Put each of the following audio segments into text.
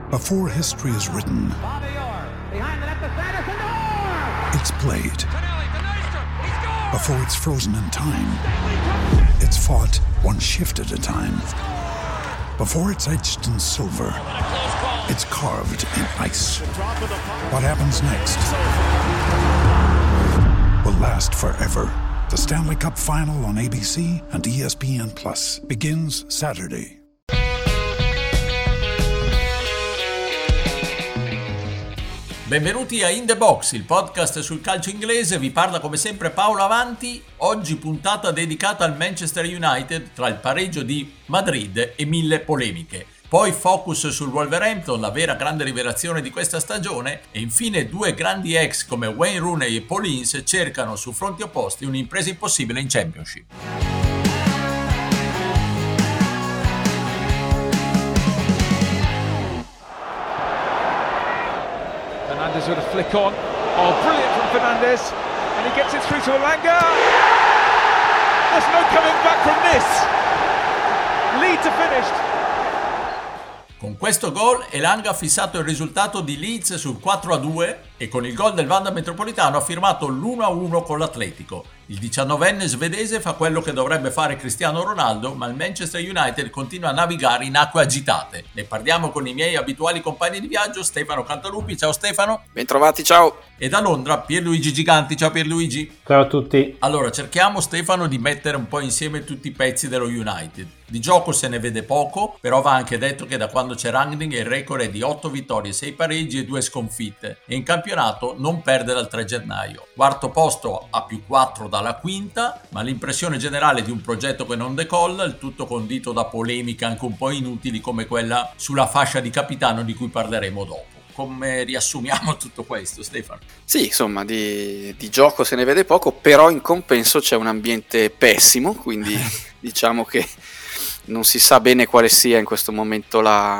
Before history is written, it's played. Before it's frozen in time, it's fought one shift at a time. Before it's etched in silver, it's carved in ice. What happens next will last forever. The Stanley Cup Final on ABC and ESPN Plus begins Saturday. Benvenuti a In The Box, il podcast sul calcio inglese. Vi parla come sempre Paolo Avanti. Oggi puntata dedicata al Manchester United tra il pareggio di Madrid e 1000 polemiche. Poi focus sul Wolverhampton, la vera grande rivelazione di questa stagione, e infine due grandi ex come Wayne Rooney e Paul Ince cercano su fronti opposti un'impresa impossibile in Championship. Fernandes with a flick on. Oh, brilliant from Fernandes. And he gets it through to Elanga. There's no coming back from this. Lead to finished. Con questo gol Elanga ha fissato il risultato di Leeds sul 4-2 e con il gol del Wanda Metropolitano ha firmato l'1-1 con l'Atletico. Il 19enne svedese fa quello che dovrebbe fare Cristiano Ronaldo, ma il Manchester United continua a navigare in acque agitate. Ne parliamo con i miei abituali compagni di viaggio, Stefano Cantalupi. Ciao Stefano. Bentrovati, ciao. E da Londra Pierluigi Giganti. Ciao Pierluigi. Ciao a tutti. Allora, cerchiamo Stefano di mettere un po' insieme tutti i pezzi dello United. Di gioco se ne vede poco, però va anche detto che da quando c'è Rangnick il record è di 8 vittorie, 6 pareggi e 2 sconfitte, e in campionato non perde dal 3 gennaio. Quarto posto a più 4 dalla quinta, ma l'impressione generale di un progetto che non decolla, il tutto condito da polemiche anche un po' inutili come quella sulla fascia di capitano di cui parleremo dopo. Come riassumiamo tutto questo, Stefano? Sì, insomma, di gioco se ne vede poco, però in compenso c'è un ambiente pessimo, quindi diciamo che non si sa bene quale sia in questo momento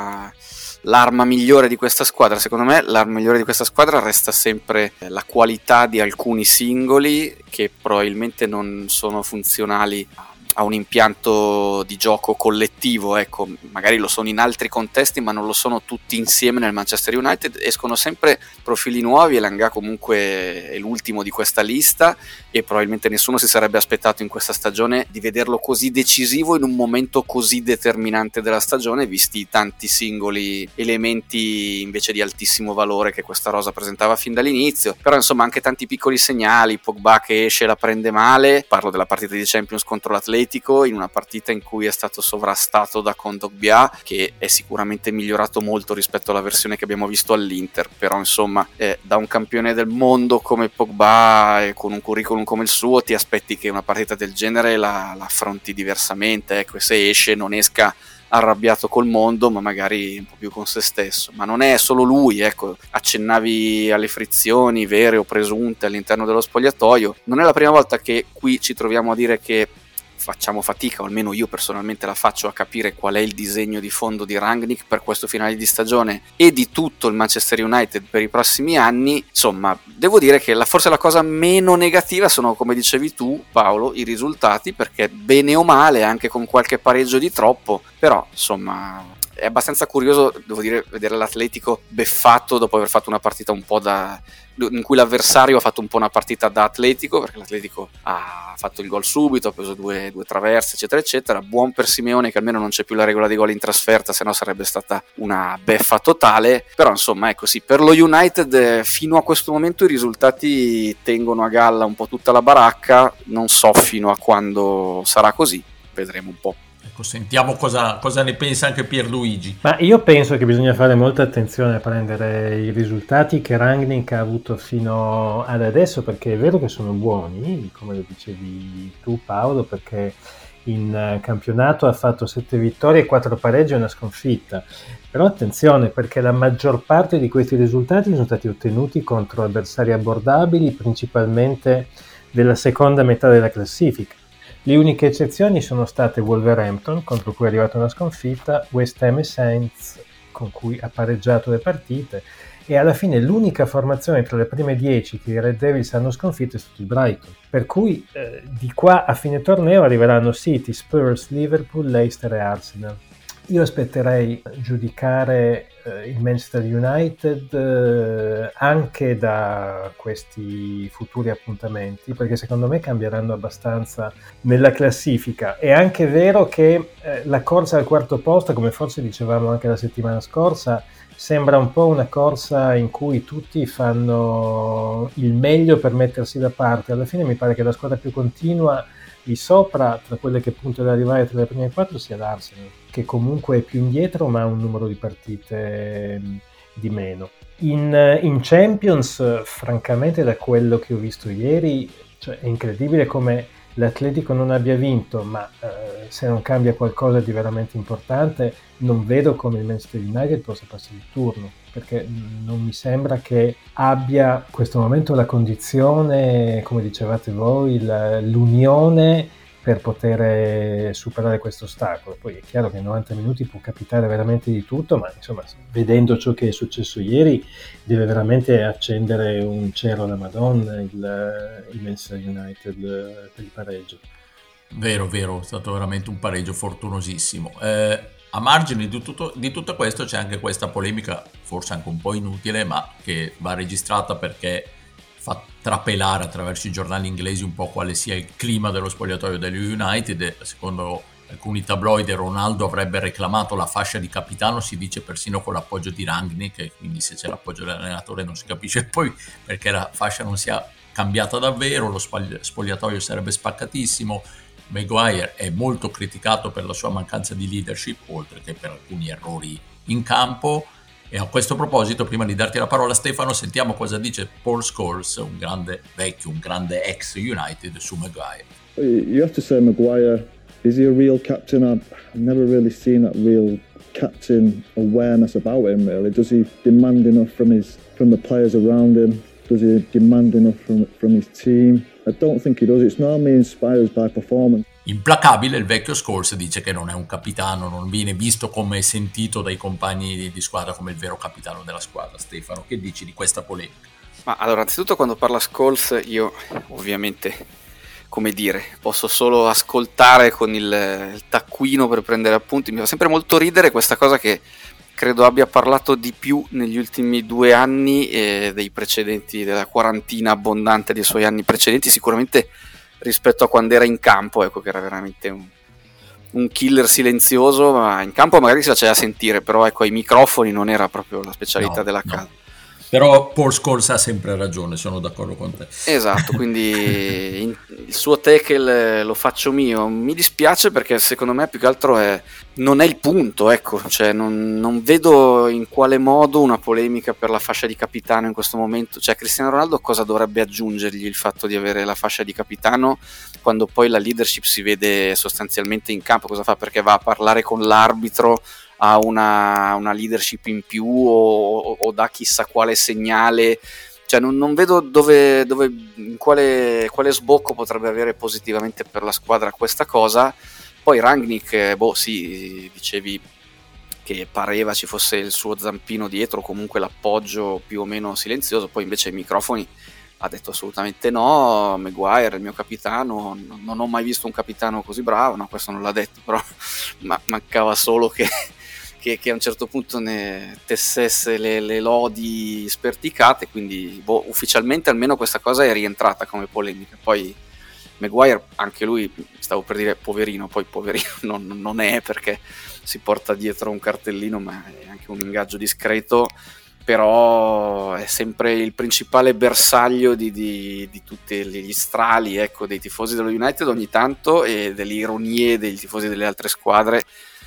l'arma migliore di questa squadra. Secondo me l'arma migliore di questa squadra resta sempre la qualità di alcuni singoli che probabilmente non sono funzionali a un impianto di gioco collettivo, ecco, magari lo sono in altri contesti ma non lo sono tutti insieme nel Manchester United. Escono sempre profili nuovi, Elanga comunque è l'ultimo di questa lista e probabilmente nessuno si sarebbe aspettato in questa stagione di vederlo così decisivo in un momento così determinante della stagione, visti i tanti singoli elementi invece di altissimo valore che questa rosa presentava fin dall'inizio. Però insomma anche tanti piccoli segnali, Pogba che esce e la prende male, parlo della partita di Champions contro l'Atletico, in una partita in cui è stato sovrastato da Kondogbia, che è sicuramente migliorato molto rispetto alla versione che abbiamo visto all'Inter, però insomma da un campione del mondo come Pogba e con un curriculum come il suo ti aspetti che una partita del genere la affronti diversamente, ecco, e se esce non esca arrabbiato col mondo ma magari un po' più con se stesso. Ma non è solo lui, ecco, accennavi alle frizioni vere o presunte all'interno dello spogliatoio. Non è la prima volta che qui ci troviamo a dire che facciamo fatica, o almeno io personalmente la faccio, a capire qual è il disegno di fondo di Rangnick per questo finale di stagione e di tutto il Manchester United per i prossimi anni. Insomma, devo dire che forse la cosa meno negativa sono, come dicevi tu Paolo, i risultati, perché bene o male, anche con qualche pareggio di troppo, però insomma è abbastanza curioso, devo dire, vedere l'Atletico beffatto dopo aver fatto una partita un po' in cui l'avversario ha fatto un po' una partita da Atletico, perché l'Atletico ha fatto il gol subito, ha preso due traverse eccetera eccetera. Buon per Simeone che almeno non c'è più la regola dei gol in trasferta, sennò sarebbe stata una beffa totale. Però insomma ecco, sì, per lo United fino a questo momento i risultati tengono a galla un po' tutta la baracca, non so fino a quando sarà così, vedremo un po'. Ecco, sentiamo cosa ne pensa anche Pierluigi. Ma io penso che bisogna fare molta attenzione a prendere i risultati che Rangnick ha avuto fino ad adesso, perché è vero che sono buoni, come lo dicevi tu Paolo, perché in campionato ha fatto 7 vittorie, 4 pareggi e una sconfitta. Però attenzione, perché la maggior parte di questi risultati sono stati ottenuti contro avversari abbordabili, principalmente della seconda metà della classifica. Le uniche eccezioni sono state Wolverhampton, contro cui è arrivata una sconfitta, West Ham e Saints, con cui ha pareggiato le partite, e alla fine l'unica formazione tra le prime 10 che i Red Devils hanno sconfitto è stato il Brighton. Per cui di qua a fine torneo arriveranno City, Spurs, Liverpool, Leicester e Arsenal. io aspetterei giudicare il Manchester United anche da questi futuri appuntamenti, perché secondo me cambieranno abbastanza nella classifica. È anche vero che la corsa al quarto posto, come forse dicevamo anche la settimana scorsa, sembra un po' una corsa in cui tutti fanno il meglio per mettersi da parte. Alla fine mi pare che la squadra più continua di sopra, tra quelle che puntano ad arrivare tra le prime 4, sia l'Arsenal, che comunque è più indietro ma ha un numero di partite di meno. In Champions, francamente, da quello che ho visto ieri, cioè, è incredibile come l'Atletico non abbia vinto, ma se non cambia qualcosa di veramente importante, non vedo come il Manchester United possa passare il turno, perché non mi sembra che abbia in questo momento la condizione, come dicevate voi, l'unione per poter superare questo ostacolo. Poi è chiaro che in 90 minuti può capitare veramente di tutto, ma insomma, vedendo ciò che è successo ieri, deve veramente accendere un cielo alla Madonna il Manchester United per il pareggio. Vero, è stato veramente un pareggio fortunosissimo. A margine di tutto questo c'è anche questa polemica, forse anche un po' inutile, ma che va registrata perché fa trapelare attraverso i giornali inglesi un po' quale sia il clima dello spogliatoio dello United. Secondo alcuni tabloid Ronaldo avrebbe reclamato la fascia di capitano, si dice persino con l'appoggio di Rangnick, e quindi se c'è l'appoggio dell'allenatore non si capisce poi perché la fascia non sia cambiata davvero, lo spogliatoio sarebbe spaccatissimo. Maguire è molto criticato per la sua mancanza di leadership, oltre che per alcuni errori in campo. E a questo proposito, prima di darti la parola Stefano, sentiamo cosa dice Paul Scholes, un grande ex United, su Maguire. You have to say Maguire, is he a real captain? I've never really seen that real captain awareness about him, really. Does he demand enough from the players around him? Does he demand enough from his team? I don't think he does. It's normally inspired by performance. Implacabile, il vecchio Scholes dice che non è un capitano, non viene visto come sentito dai compagni di squadra come il vero capitano della squadra. Stefano, che dici di questa polemica? Ma allora, anzitutto quando parla Scholes io ovviamente, come dire, posso solo ascoltare con il taccuino per prendere appunti. Mi fa sempre molto ridere questa cosa che credo abbia parlato di più negli ultimi 2 anni dei precedenti, della quarantina abbondante dei suoi anni precedenti, sicuramente rispetto a quando era in campo, ecco, che era veramente un killer silenzioso, ma in campo magari si faceva sentire, però ecco, ai microfoni non era proprio la specialità della casa. Però Paul Scholes ha sempre ragione, sono d'accordo con te. Esatto, quindi il suo tackle lo faccio mio. Mi dispiace perché secondo me più che altro non è il punto, ecco, cioè non vedo in quale modo una polemica per la fascia di capitano in questo momento. Cioè Cristiano Ronaldo cosa dovrebbe aggiungergli il fatto di avere la fascia di capitano quando poi la leadership si vede sostanzialmente in campo? Cosa fa? Perché va a parlare con l'arbitro, ha una leadership in più o dà chissà quale segnale, cioè non vedo dove in quale sbocco potrebbe avere positivamente per la squadra questa cosa. Poi Rangnick, sì, dicevi che pareva ci fosse il suo zampino dietro, comunque l'appoggio più o meno silenzioso, poi invece ai microfoni ha detto assolutamente no. Maguire, il mio capitano, non ho mai visto un capitano così bravo, no, questo non l'ha detto, però mancava solo che a un certo punto ne tessesse le lodi sperticate, quindi ufficialmente almeno questa cosa è rientrata come polemica. Poi Maguire, anche lui, stavo per dire poverino, poi poverino non è, perché si porta dietro un cartellino, ma è anche un ingaggio discreto, però è sempre il principale bersaglio di tutti gli strali, ecco, dei tifosi dello United ogni tanto, e delle ironie dei tifosi delle altre squadre,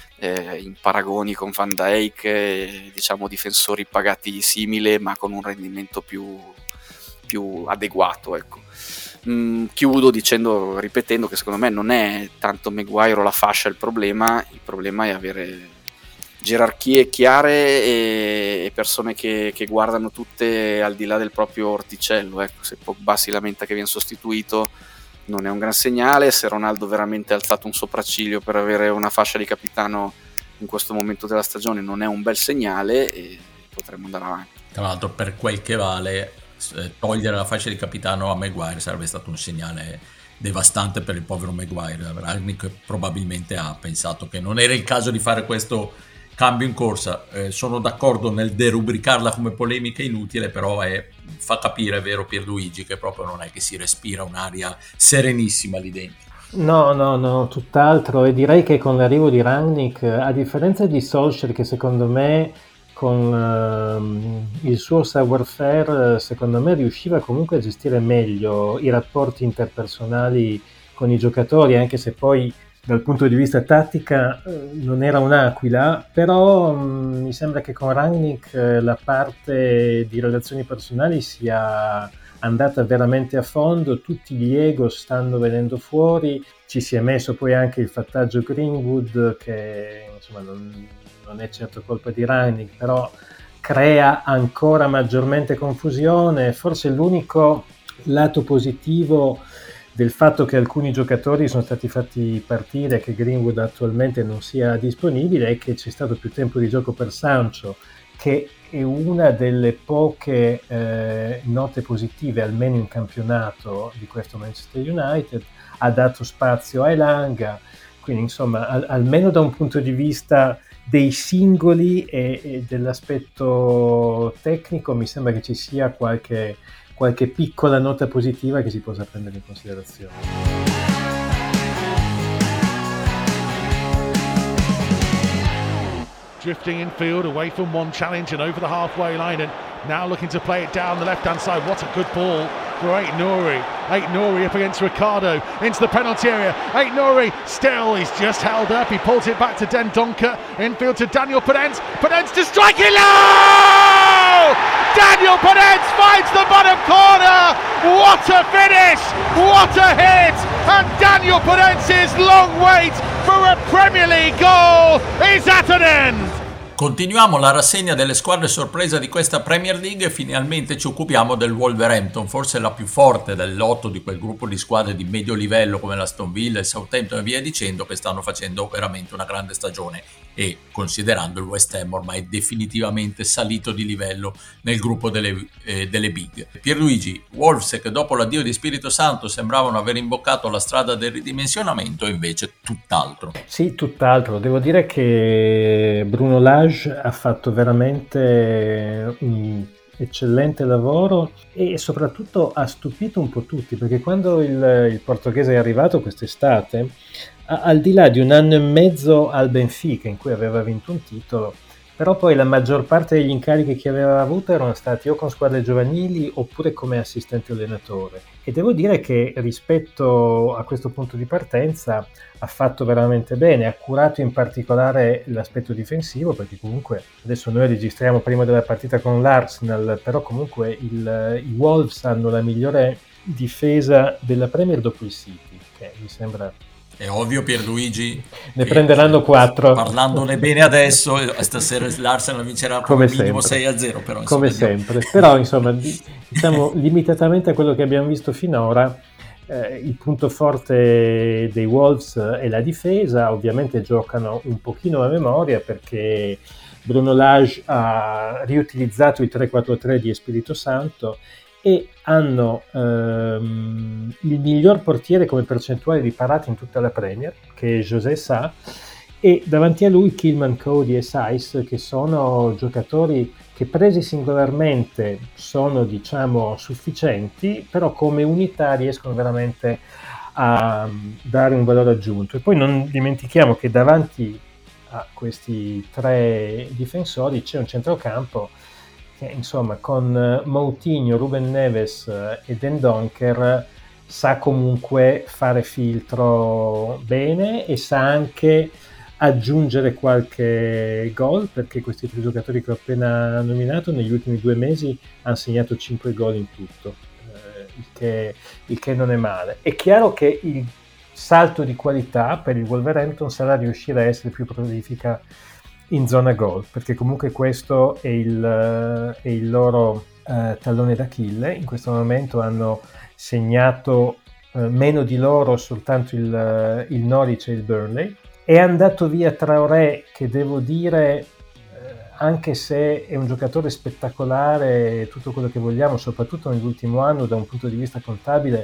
in paragoni con Van Dijk, diciamo difensori pagati simile ma con un rendimento più adeguato, ecco. Chiudo ripetendo che secondo me non è tanto Maguire o la fascia il problema è avere gerarchie chiare e persone che guardano tutte al di là del proprio orticello, ecco. Se Pogba si lamenta che viene sostituito non è un gran segnale, se Ronaldo veramente ha alzato un sopracciglio per avere una fascia di capitano in questo momento della stagione non è un bel segnale, e potremmo andare avanti. Tra l'altro, per quel che vale, togliere la fascia di capitano a Maguire sarebbe stato un segnale devastante per il povero Maguire. Rangnick probabilmente ha pensato che non era il caso di fare questo cambio in corsa. Sono d'accordo nel derubricarla come polemica inutile, però fa capire, è vero Pierluigi, che proprio non è che si respira un'aria serenissima lì dentro. No, tutt'altro, e direi che con l'arrivo di Rangnick, a differenza di Solskjaer, che secondo me con il suo savoir-faire, secondo me riusciva comunque a gestire meglio i rapporti interpersonali con i giocatori, anche se poi dal punto di vista tattica non era un'aquila, però mi sembra che con Rangnick la parte di relazioni personali sia andata veramente a fondo, tutti gli ego stanno venendo fuori, ci si è messo poi anche il fattaggio Greenwood, che insomma non è certo colpa di Rangnick, però crea ancora maggiormente confusione. Forse l'unico lato positivo del fatto che alcuni giocatori sono stati fatti partire e che Greenwood attualmente non sia disponibile è che c'è stato più tempo di gioco per Sancho, che è una delle poche note positive, almeno in campionato, di questo Manchester United. Ha dato spazio a Elanga, quindi insomma almeno da un punto di vista dei singoli e dell'aspetto tecnico mi sembra che ci sia qualche piccola nota positiva che si possa prendere in considerazione. Drifting infield away from one challenge and over the halfway line, and now looking to play it down the left-hand side. What a good ball for Aït-Nouri. Aït-Nouri up against Ricardo into the penalty area. Aït-Nouri still, he's just held up. He pulls it back to Dendoncker. Infield to Daniel Podence. Podence to strike it low! Daniel Podence finds the bottom corner. What a finish! What a hit! And Daniel Podence's long wait for a Premier League goal is at an end. Continuiamo la rassegna delle squadre sorpresa di questa Premier League e finalmente ci occupiamo del Wolverhampton, forse la più forte del lotto di quel gruppo di squadre di medio livello come l'Aston Villa, il Southampton e via dicendo, che stanno facendo veramente una grande stagione, e considerando il West Ham ormai definitivamente salito di livello nel gruppo delle big. Pierluigi, Wolves, che dopo l'addio di Spirito Santo sembravano aver imboccato la strada del ridimensionamento, invece tutt'altro. Sì, tutt'altro. Devo dire che Bruno Lage ha fatto veramente un eccellente lavoro e soprattutto ha stupito un po' tutti, perché quando il portoghese è arrivato quest'estate, al di là di un anno e mezzo al Benfica in cui aveva vinto un titolo, però poi la maggior parte degli incarichi che aveva avuto erano stati o con squadre giovanili oppure come assistente allenatore, e devo dire che rispetto a questo punto di partenza ha fatto veramente bene, ha curato in particolare l'aspetto difensivo, perché comunque adesso noi registriamo prima della partita con l'Arsenal, però comunque i Wolves hanno la migliore difesa della Premier dopo il City, che mi sembra... È ovvio, Pierluigi, ne prenderanno 4. Parlandone bene adesso, stasera l'Arsenal vincerà come minimo 6-0. Però, come sempre. Però insomma, diciamo limitatamente a quello che abbiamo visto finora, il punto forte dei Wolves è la difesa. Ovviamente giocano un pochino a memoria, perché Bruno Lage ha riutilizzato il 3-4-3 di Espirito Santo e hanno il miglior portiere come percentuale di parate in tutta la Premier, che è José Sá, e davanti a lui Kilman, Cody e Saiz, che sono giocatori che presi singolarmente sono, diciamo, sufficienti, però come unità riescono veramente a dare un valore aggiunto. E poi non dimentichiamo che davanti a questi tre difensori c'è un centrocampo che, insomma, con Moutinho, Ruben Neves e Dendoncker sa comunque fare filtro bene e sa anche aggiungere qualche gol, perché questi tre giocatori che ho appena nominato negli ultimi 2 mesi hanno segnato 5 gol in tutto, il che non è male. È chiaro che il salto di qualità per il Wolverhampton sarà riuscire a essere più prolifica in zona gol, perché comunque questo è il loro tallone d'Achille. In questo momento hanno segnato meno di loro soltanto il Norwich e il Burnley. È andato via Traoré, che devo dire, anche se è un giocatore spettacolare, tutto quello che vogliamo, soprattutto nell'ultimo anno da un punto di vista contabile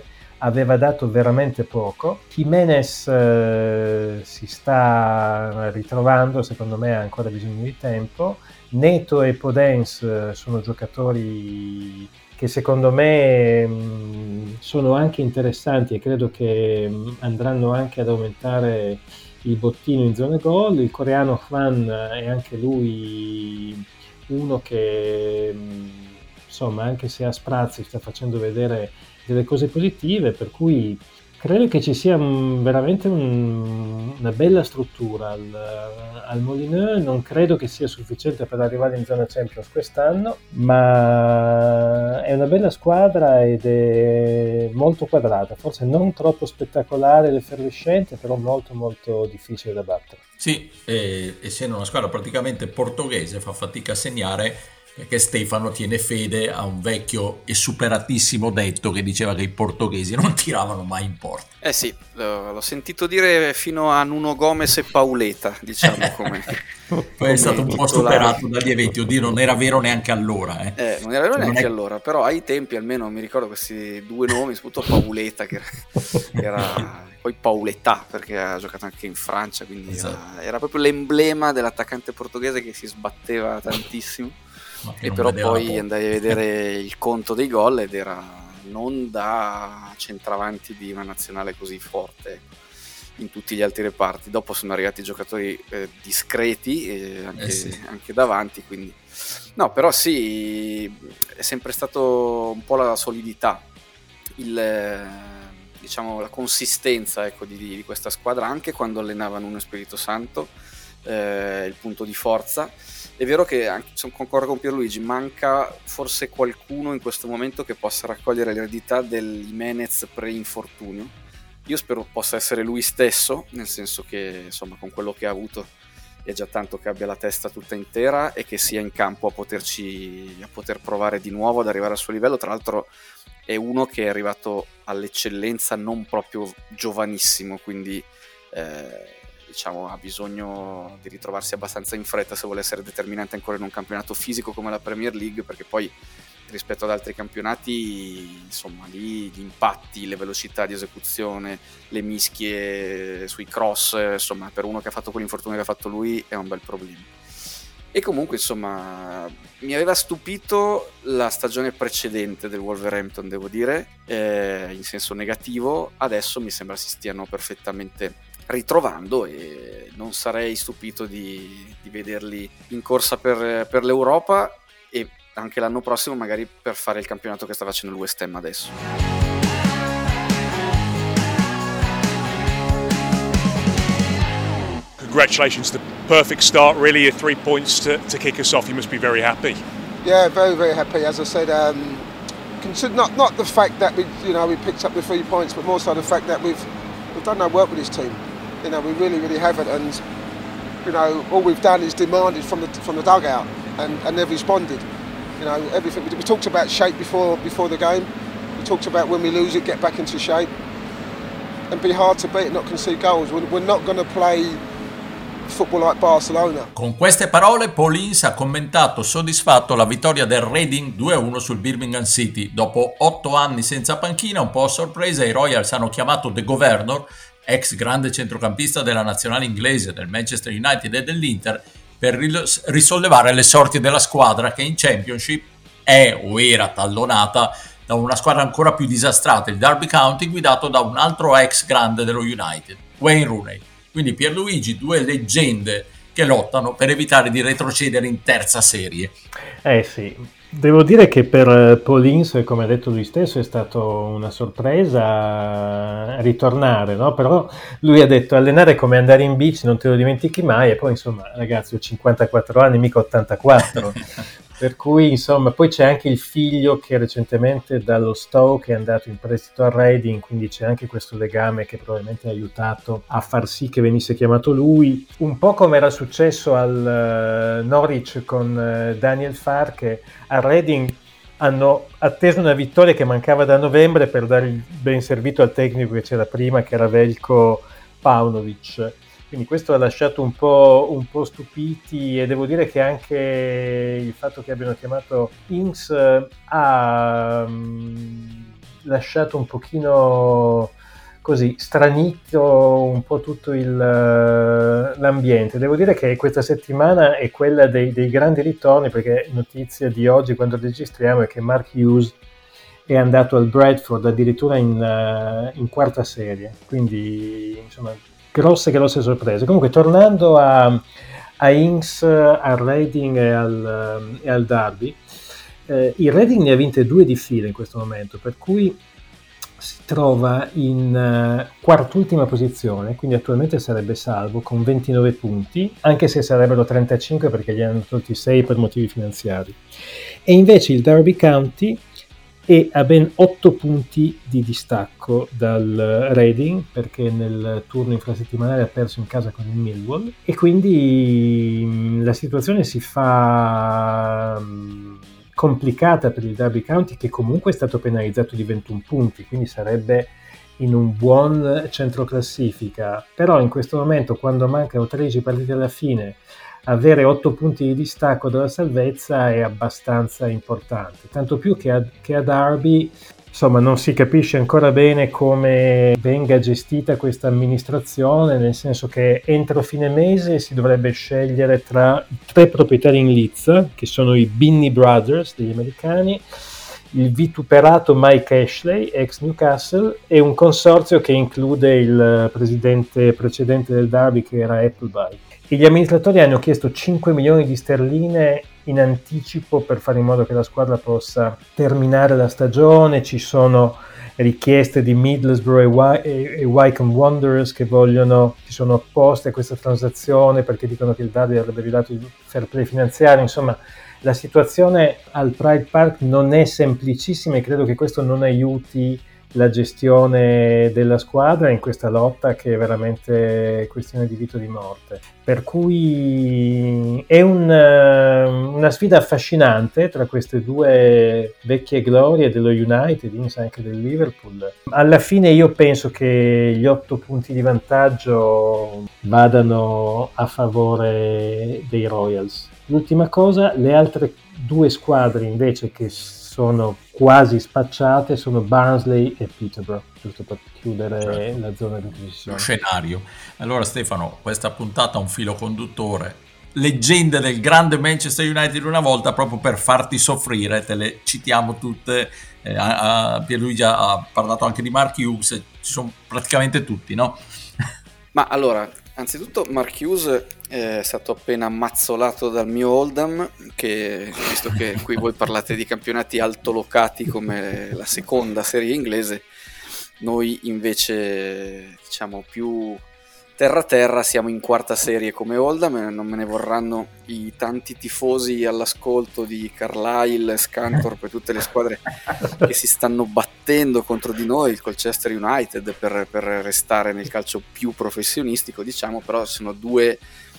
aveva dato veramente poco. Jimenez si sta ritrovando, secondo me ha ancora bisogno di tempo. Neto e Podence sono giocatori che secondo me sono anche interessanti e credo che andranno anche ad aumentare il bottino in zona gol. Il coreano Hwan è anche lui uno che insomma, anche se a sprazzi sta facendo vedere delle cose positive, per cui credo che ci sia veramente una bella struttura al Molineux. Non credo che sia sufficiente per arrivare in zona Champions quest'anno, ma è una bella squadra ed è molto quadrata, forse non troppo spettacolare ed effervescente, però molto molto difficile da battere. Sì, essendo una squadra praticamente portoghese fa fatica a segnare, perché Stefano tiene fede a un vecchio e superatissimo detto che diceva che i portoghesi non tiravano mai in porta. Sì, l'ho sentito dire fino a Nuno Gomes e Pauleta, diciamo come. Poi è stato un po' superato dagli eventi, oddio, non era vero neanche allora. Non era vero neanche allora, però ai tempi almeno mi ricordo questi due nomi, soprattutto Pauleta che era poi Pauletta, perché ha giocato anche in Francia, quindi esatto. Era proprio l'emblema dell'attaccante portoghese che si sbatteva tantissimo. E però poi andai a vedere il conto dei gol ed era non da centravanti di una nazionale così forte in tutti gli altri reparti. Dopo sono arrivati giocatori discreti anche davanti, quindi no, però sì, è sempre stato un po' la solidità, diciamo la consistenza, ecco, di questa squadra, anche quando allenavano uno Spirito Santo, il punto di forza. È vero che, concordo con Pierluigi, manca forse qualcuno in questo momento che possa raccogliere l'eredità del Jimenez pre-infortunio. Io spero possa essere lui stesso, nel senso che insomma con quello che ha avuto è già tanto che abbia la testa tutta intera e che sia in campo a poter provare di nuovo ad arrivare al suo livello. Tra l'altro è uno che è arrivato all'eccellenza non proprio giovanissimo, quindi diciamo ha bisogno di ritrovarsi abbastanza in fretta se vuole essere determinante ancora in un campionato fisico come la Premier League, perché poi rispetto ad altri campionati insomma lì gli impatti, le velocità di esecuzione, le mischie sui cross, insomma per uno che ha fatto quell'infortunio che ha fatto lui è un bel problema. E comunque insomma mi aveva stupito la stagione precedente del Wolverhampton, devo dire, in senso negativo. Adesso mi sembra si stiano perfettamente ritrovando e non sarei stupito di vederli in corsa per l'Europa e anche l'anno prossimo magari per fare il campionato che sta facendo il West Ham adesso. Congratulations, the perfect start really, your 3 points to kick us off. You must be very happy. Yeah, very, very happy. As I said, not the fact that we picked up the 3 points, but more so the fact that we've done our work with this team. We really, really haven't, and all we've done is demanded from the dugout, and they've responded. Everything we talked about shape before the game. We talked about when we lose it, get back into shape, and be hard to beat, not concede goals. We're not going to play football like Barcelona. Con queste parole Paul Ince ha commentato soddisfatto la vittoria del Reading 2-1 sul Birmingham City. Dopo 8 anni senza panchina, un po' a sorpresa, i Royals hanno chiamato The Governor, ex grande centrocampista della nazionale inglese, del Manchester United e dell'Inter, per risollevare le sorti della squadra che in Championship è o era tallonata da una squadra ancora più disastrata, il Derby County, guidato da un altro ex grande dello United, Wayne Rooney. Quindi Pierluigi, 2 leggende che lottano per evitare di retrocedere in terza serie. Sì, devo dire che per Paul Ince, come ha detto lui stesso, è stato una sorpresa ritornare, no? Però lui ha detto allenare è come andare in beach, non te lo dimentichi mai, e poi insomma ragazzi ho 54 anni, mica 84. Per cui insomma poi c'è anche il figlio che recentemente dallo Stoke è andato in prestito al Reading, quindi c'è anche questo legame che probabilmente ha aiutato a far sì che venisse chiamato lui, un po' come era successo al Norwich con Daniel Farr, che al Reading hanno atteso una vittoria che mancava da novembre per dare il ben servito al tecnico che c'era prima, che era Veljko Paunovic. Quindi questo ha lasciato un po' stupiti, e devo dire che anche il fatto che abbiano chiamato Ince ha lasciato un pochino così stranito un po' tutto l'ambiente. Devo dire che questa settimana è quella dei grandi ritorni, perché notizia di oggi quando registriamo è che Mark Hughes è andato al Bradford addirittura in quarta serie, quindi insomma grosse sorprese. Comunque tornando a Ings, al Reading e al Derby, il Reading ne ha vinte 2 di fila in questo momento, per cui si trova in quart'ultima posizione, quindi attualmente sarebbe salvo con 29 punti, anche se sarebbero 35 perché gli hanno tolti 6 per motivi finanziari. E invece il Derby County è a ben 8 punti di distacco dal Reading, perché nel turno infrasettimanale ha perso in casa con il Millwall, e quindi la situazione si fa complicata per il Derby County, che comunque è stato penalizzato di 21 punti, quindi sarebbe in un buon centroclassifica, però in questo momento, quando mancano 13 partite alla fine, avere 8 punti di distacco dalla salvezza è abbastanza importante, tanto più che a Derby insomma non si capisce ancora bene come venga gestita questa amministrazione, nel senso che entro fine mese si dovrebbe scegliere tra i 3 proprietari in lizza, che sono i Binney Brothers degli americani, il vituperato Mike Ashley, ex Newcastle, e un consorzio che include il presidente precedente del Derby, che era Appleby. E gli amministratori hanno chiesto 5 milioni di sterline in anticipo per fare in modo che la squadra possa terminare la stagione. Ci sono richieste di Middlesbrough e Wycombe Wanderers che si sono opposte a questa transazione perché dicono che il Derby avrebbe violato il fair play finanziario. Insomma, la situazione al Pride Park non è semplicissima e credo che questo non aiuti la gestione della squadra in questa lotta che è veramente questione di vita o di morte. Per cui è una sfida affascinante tra queste 2 vecchie glorie dello United, anche del Liverpool. Alla fine io penso che gli 8 punti di vantaggio vadano a favore dei Royals. L'ultima cosa, le altre 2 squadre invece che sono quasi spacciate sono Barnsley e Peterborough, giusto per chiudere la zona di decisione. Lo scenario. Allora Stefano, questa puntata ha un filo conduttore, leggende del grande Manchester United una volta, proprio per farti soffrire, te le citiamo tutte. Pierluigi ha parlato anche di Mark Hughes, ci sono praticamente tutti, no? Ma allora, anzitutto Mark Hughes è stato appena mazzolato dal mio Oldham, che visto che qui voi parlate di campionati altolocati come la seconda serie inglese, noi invece diciamo più terra siamo in quarta serie come Oldham, e non me ne vorranno i tanti tifosi all'ascolto di Carlisle, Scunthorpe e tutte le squadre che si stanno battendo contro di noi, il Colchester United, per restare nel calcio più professionistico, diciamo. Però sono 2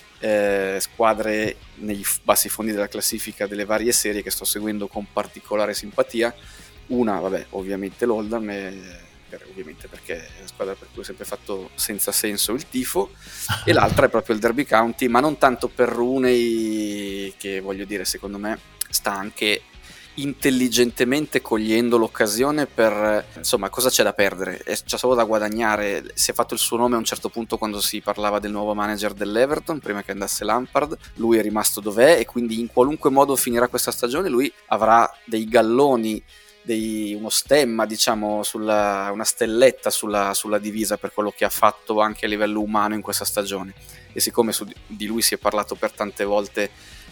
squadre nei bassi fondi della classifica delle varie serie che sto seguendo con particolare simpatia. Una, vabbè, ovviamente l'Oldham, ovviamente perché è la squadra per cui ho sempre fatto senza senso il tifo, e l'altra è proprio il Derby County, ma non tanto per Rooney, che voglio dire secondo me sta anche intelligentemente cogliendo l'occasione per, insomma, cosa c'è da perdere? C'è solo da guadagnare. Si è fatto il suo nome a un certo punto quando si parlava del nuovo manager dell'Everton, prima che andasse Lampard. Lui è rimasto dov'è e quindi in qualunque modo finirà questa stagione lui avrà dei galloni, uno stemma, diciamo, una stelletta sulla divisa per quello che ha fatto anche a livello umano in questa stagione. E siccome di lui si è parlato per tante volte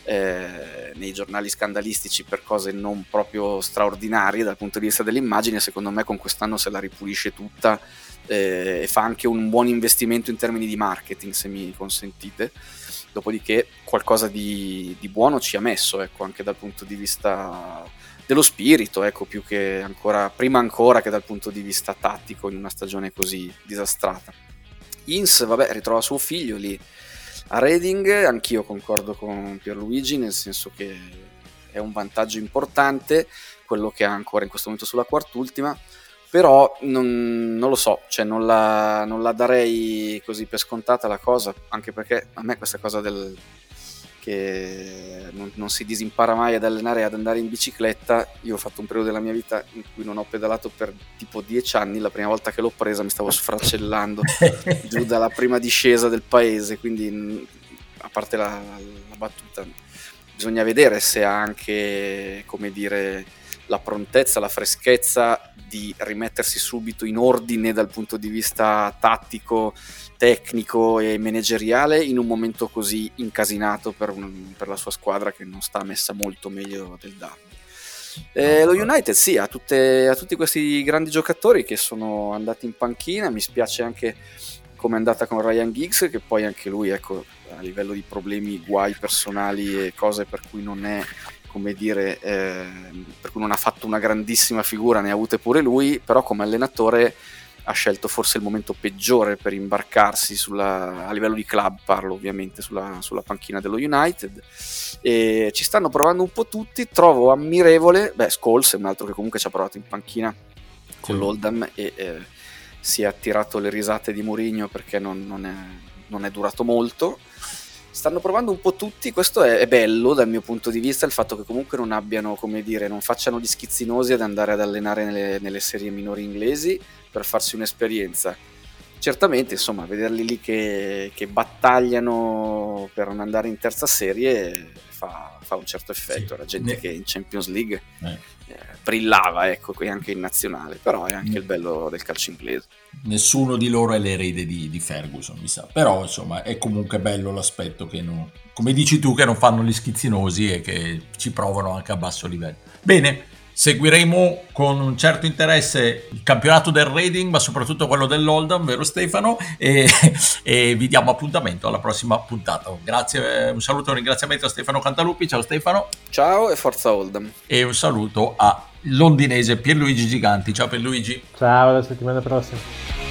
nei giornali scandalistici per cose non proprio straordinarie dal punto di vista dell'immagine, secondo me con quest'anno se la ripulisce tutta e fa anche un buon investimento in termini di marketing, se mi consentite. Dopodiché qualcosa di buono ci ha messo, ecco, anche dal punto di vista dello spirito, ecco, più che prima ancora che dal punto di vista tattico in una stagione così disastrata. Ince, vabbè, ritrova suo figlio lì a Reading. Anch'io concordo con Pierluigi, nel senso che è un vantaggio importante quello che ha ancora in questo momento sulla quart'ultima, però non lo so, cioè non la darei così per scontata la cosa, anche perché a me questa cosa che non si disimpara mai ad allenare e ad andare in bicicletta. Io ho fatto un periodo della mia vita in cui non ho pedalato per tipo 10 anni, la prima volta che l'ho presa mi stavo sfracellando giù dalla prima discesa del paese, quindi a parte la battuta, bisogna vedere se ha anche, come dire, la prontezza, la freschezza di rimettersi subito in ordine dal punto di vista tattico, tecnico e manageriale in un momento così incasinato per la sua squadra che non sta messa molto meglio del Derby. Lo United sì, ha tutti questi grandi giocatori che sono andati in panchina. Mi spiace anche come è andata con Ryan Giggs, che poi anche lui, ecco, a livello di problemi, guai personali e cose per cui non è, come dire, per cui non ha fatto una grandissima figura, ne ha avute pure lui, però come allenatore ha scelto forse il momento peggiore per imbarcarsi a livello di club, parlo ovviamente, sulla panchina dello United, e ci stanno provando un po' tutti. Trovo ammirevole, Scholes è un altro che comunque ci ha provato in panchina con l'Oldham e si è attirato le risate di Mourinho perché non è durato molto. Stanno provando un po' tutti, questo è bello dal mio punto di vista, il fatto che comunque non abbiano, come dire, non facciano gli schizzinosi ad andare ad allenare nelle serie minori inglesi per farsi un'esperienza. Certamente, insomma, vederli lì che battagliano per non andare in terza serie fa un certo effetto. Era gente che in Champions League brillava, ecco, anche in nazionale, però è anche il bello del calcio inglese. Nessuno di loro è l'erede di Ferguson, mi sa, però insomma è comunque bello l'aspetto che non, come dici tu, che non fanno gli schizzinosi e che ci provano anche a basso livello. Bene, seguiremo con un certo interesse il campionato del Reading, ma soprattutto quello dell'Oldham, vero Stefano? E vi diamo appuntamento alla prossima puntata. Grazie, un saluto e un ringraziamento a Stefano Cantalupi. Ciao Stefano. Ciao e forza Oldham. E un saluto a londinese Pierluigi Giganti. Ciao Pierluigi. Ciao, alla settimana prossima.